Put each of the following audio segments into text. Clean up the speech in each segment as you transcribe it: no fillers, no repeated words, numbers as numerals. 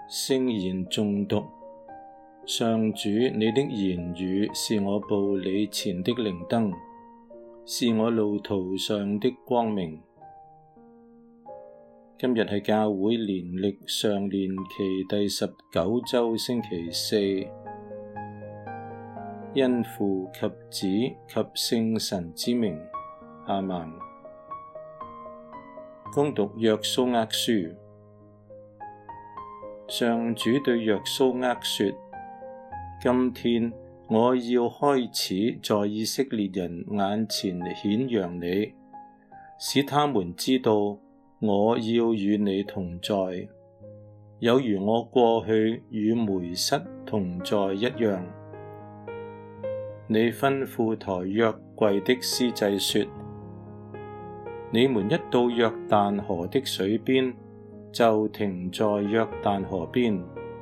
聖言誦讀。上主，你的言語是我步履前的靈燈，是我路途上的光明。今日係教會年曆常年期第19周星期四，因父及子及聖神之名，阿們。恭讀約書厄書。上主對約書厄說：今天我要開始在以色列人眼前顯揚你，使他們知道我要與你同在，有如我過去與梅瑟同在一樣。你吩咐抬約櫃的司祭說：你們一到約旦河的水邊，就停在約旦河邊。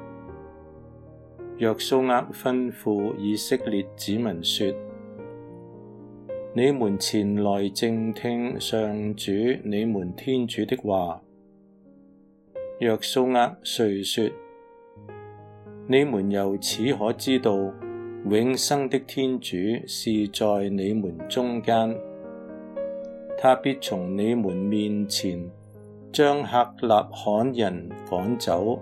約書厄吩咐以色列子民說：你們前來靜聽上主你們天主的話。約書厄遂說：你們由此可知道，永生的天主是在你們中間，他必從你們面前將客納罕人趕走。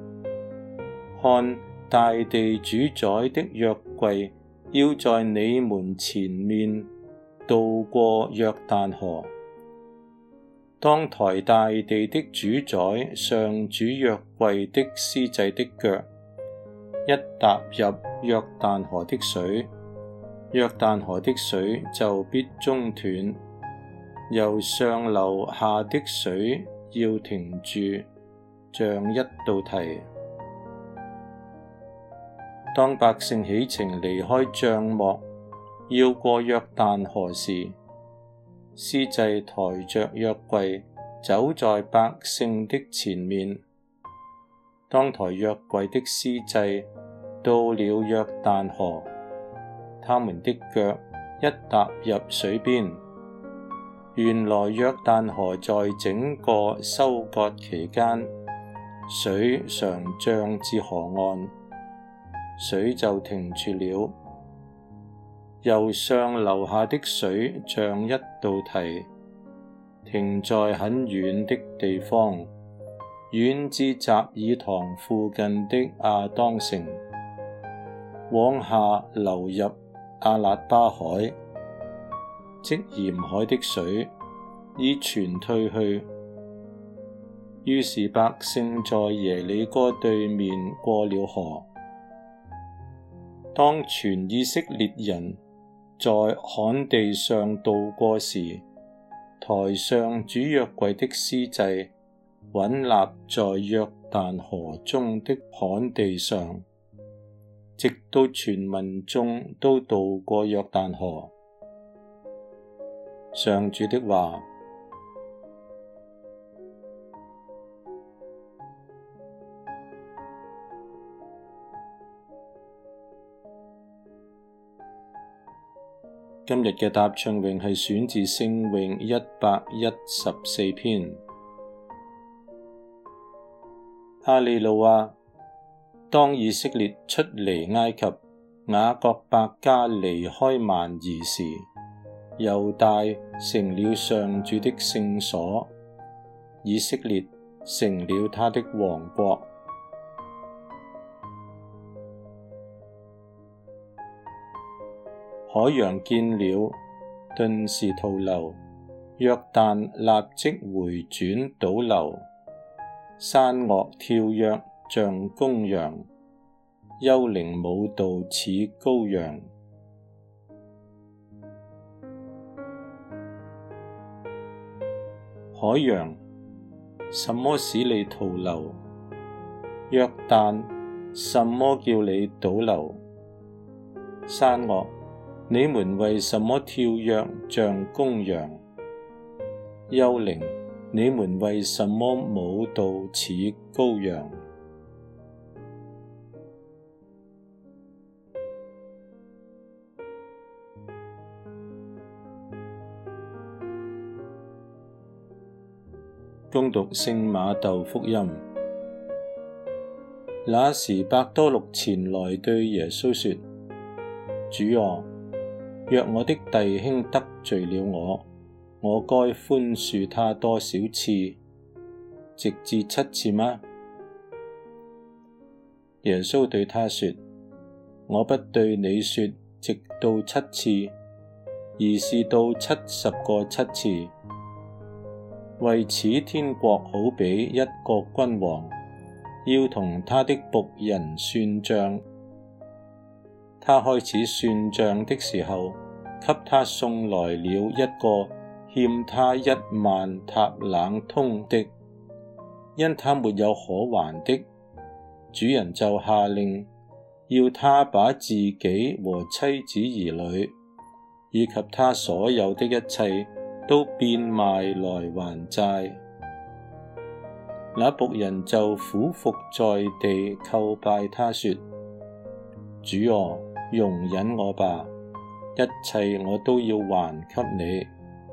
看，大地主宰的約櫃要在你們前面渡過約旦河。當抬大地的主宰上主約櫃的司祭的腳一踏入約旦河的水，約旦河的水就必中斷，由上流下的水要停住，像一道堤。當百姓起程離開帳幕，要過約旦河時，司祭抬着約櫃走在百姓的前面。當抬約櫃的司祭到了約旦河，他們的腳一踏入水邊，原來約旦河在整個收割期間，水常漲至河岸，水就停住了。由上流下的水像一道堤，停在很遠的地方，遠至匝爾堂附近的亞當城，往下流入阿辣巴海，即鹽海的水已全退去。於是百姓在耶里哥對面過了河。當全以色列人在旱地上渡過時，抬上主約櫃的司祭穩立在約旦河中的旱地上，直到全民眾都渡過約旦河。上主的話。今日嘅答唱詠係選自聖詠114篇。哈利路亞！當以色列出離埃及，雅各伯家離開蠻夷時，猶大成了上主的聖所，以色列成了他的王國。海洋見了，頓時徒流；約旦立即回轉倒流。山岳跳躍像公羊，幽靈舞蹈似羔羊。海洋，什麼使你徒流？約旦，什麼叫你倒流？山岳，你們為什麼跳躍像公羊？幽靈，你們為什麼舞蹈似羔羊？恭讀聖瑪竇福音。 那時伯多祿前來對耶穌說：主啊，若我的弟兄得罪了我該寬恕他多少次？直至7次嗎？耶穌對他說：我不對你說直到7次，而是到70個7次。為此天國好比一個君王，要同他的僕人算賬。他開始算賬的時候，給他送來了一個欠他10000塔冷通的，因他沒有可還的，主人就下令要他把自己和妻子兒女，以及他所有的一切都變賣來還債。那僕人就俯伏在地叩拜他說：主啊，容忍我吧，一切我都要還給你。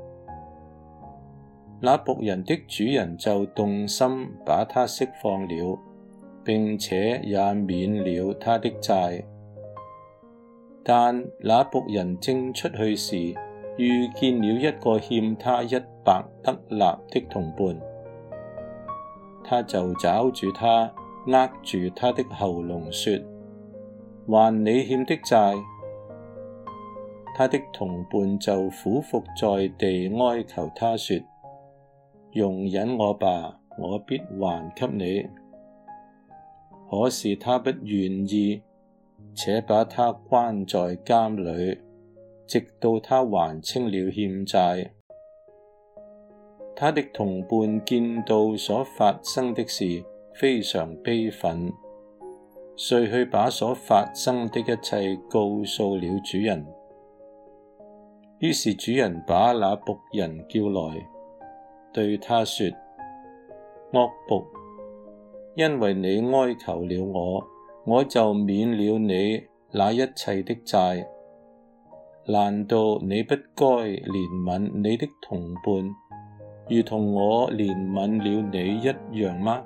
那僕人的主人就動心，把他釋放了，並且也免了他的債。但那僕人正出去時，遇見了一個欠他100德納的同伴，他就抓住他，握住他的喉嚨說：還你欠的債。他的同伴就俯伏在地哀求他說：容忍我吧，我必還給你。可是他不願意，且把他關在監裏，直到他還清了欠債。他的同伴見到所發生的事，非常悲憤，遂去把所發生的一切告訴了主人。於是主人把那僕人叫來，對他說：惡僕，因為你哀求了我就免了你那一切的債。難道你不該憐憫你的同伴，如同我憐憫了你一樣嗎？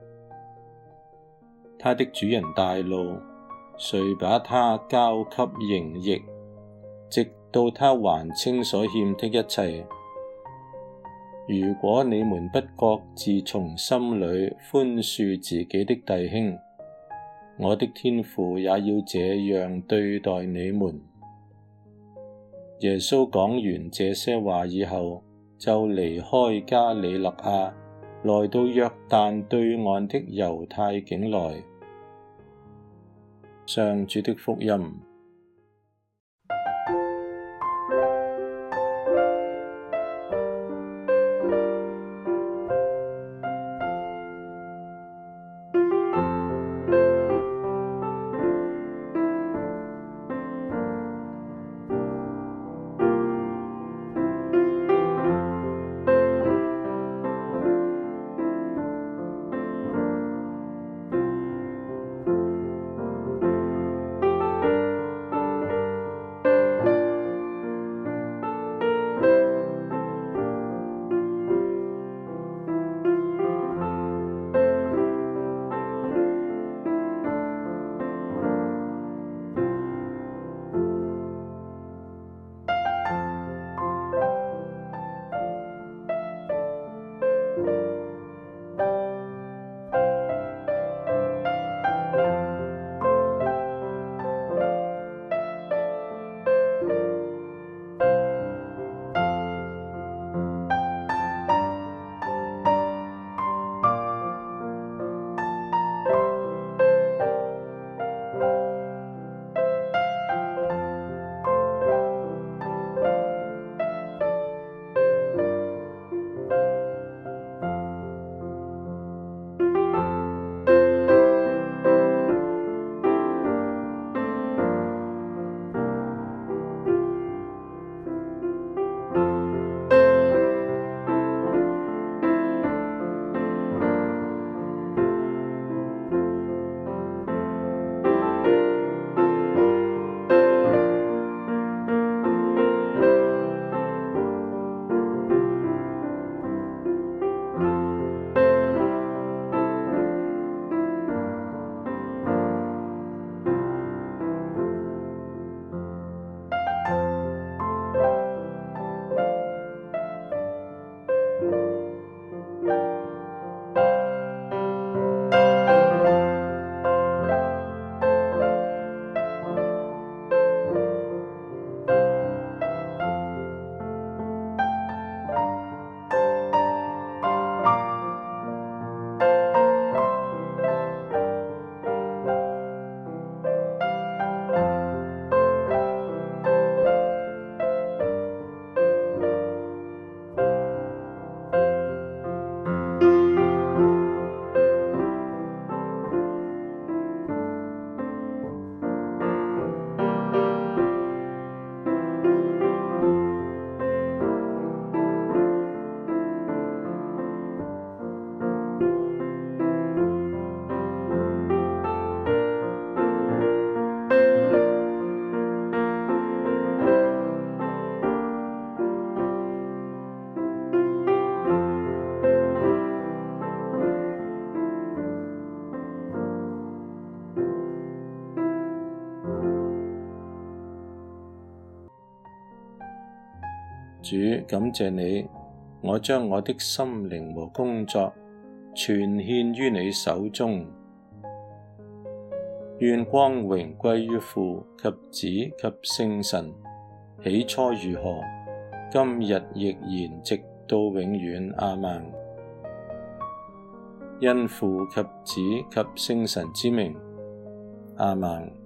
他的主人大怒，遂把他交給刑役，直到他還清所欠的一切。如果你們不各自從心裏寬恕自己的弟兄，我的天父也要這樣對待你們。耶穌講完這些話以後，就離開加里肋亞，來到約旦對岸的猶太境內。上主的福音。 主，感謝你，我將我的心靈和工作全獻於你手中。願光榮歸於父及子及聖神，起初如何，今日亦然，直到永遠。阿們。因父及子及聖神之名。阿們。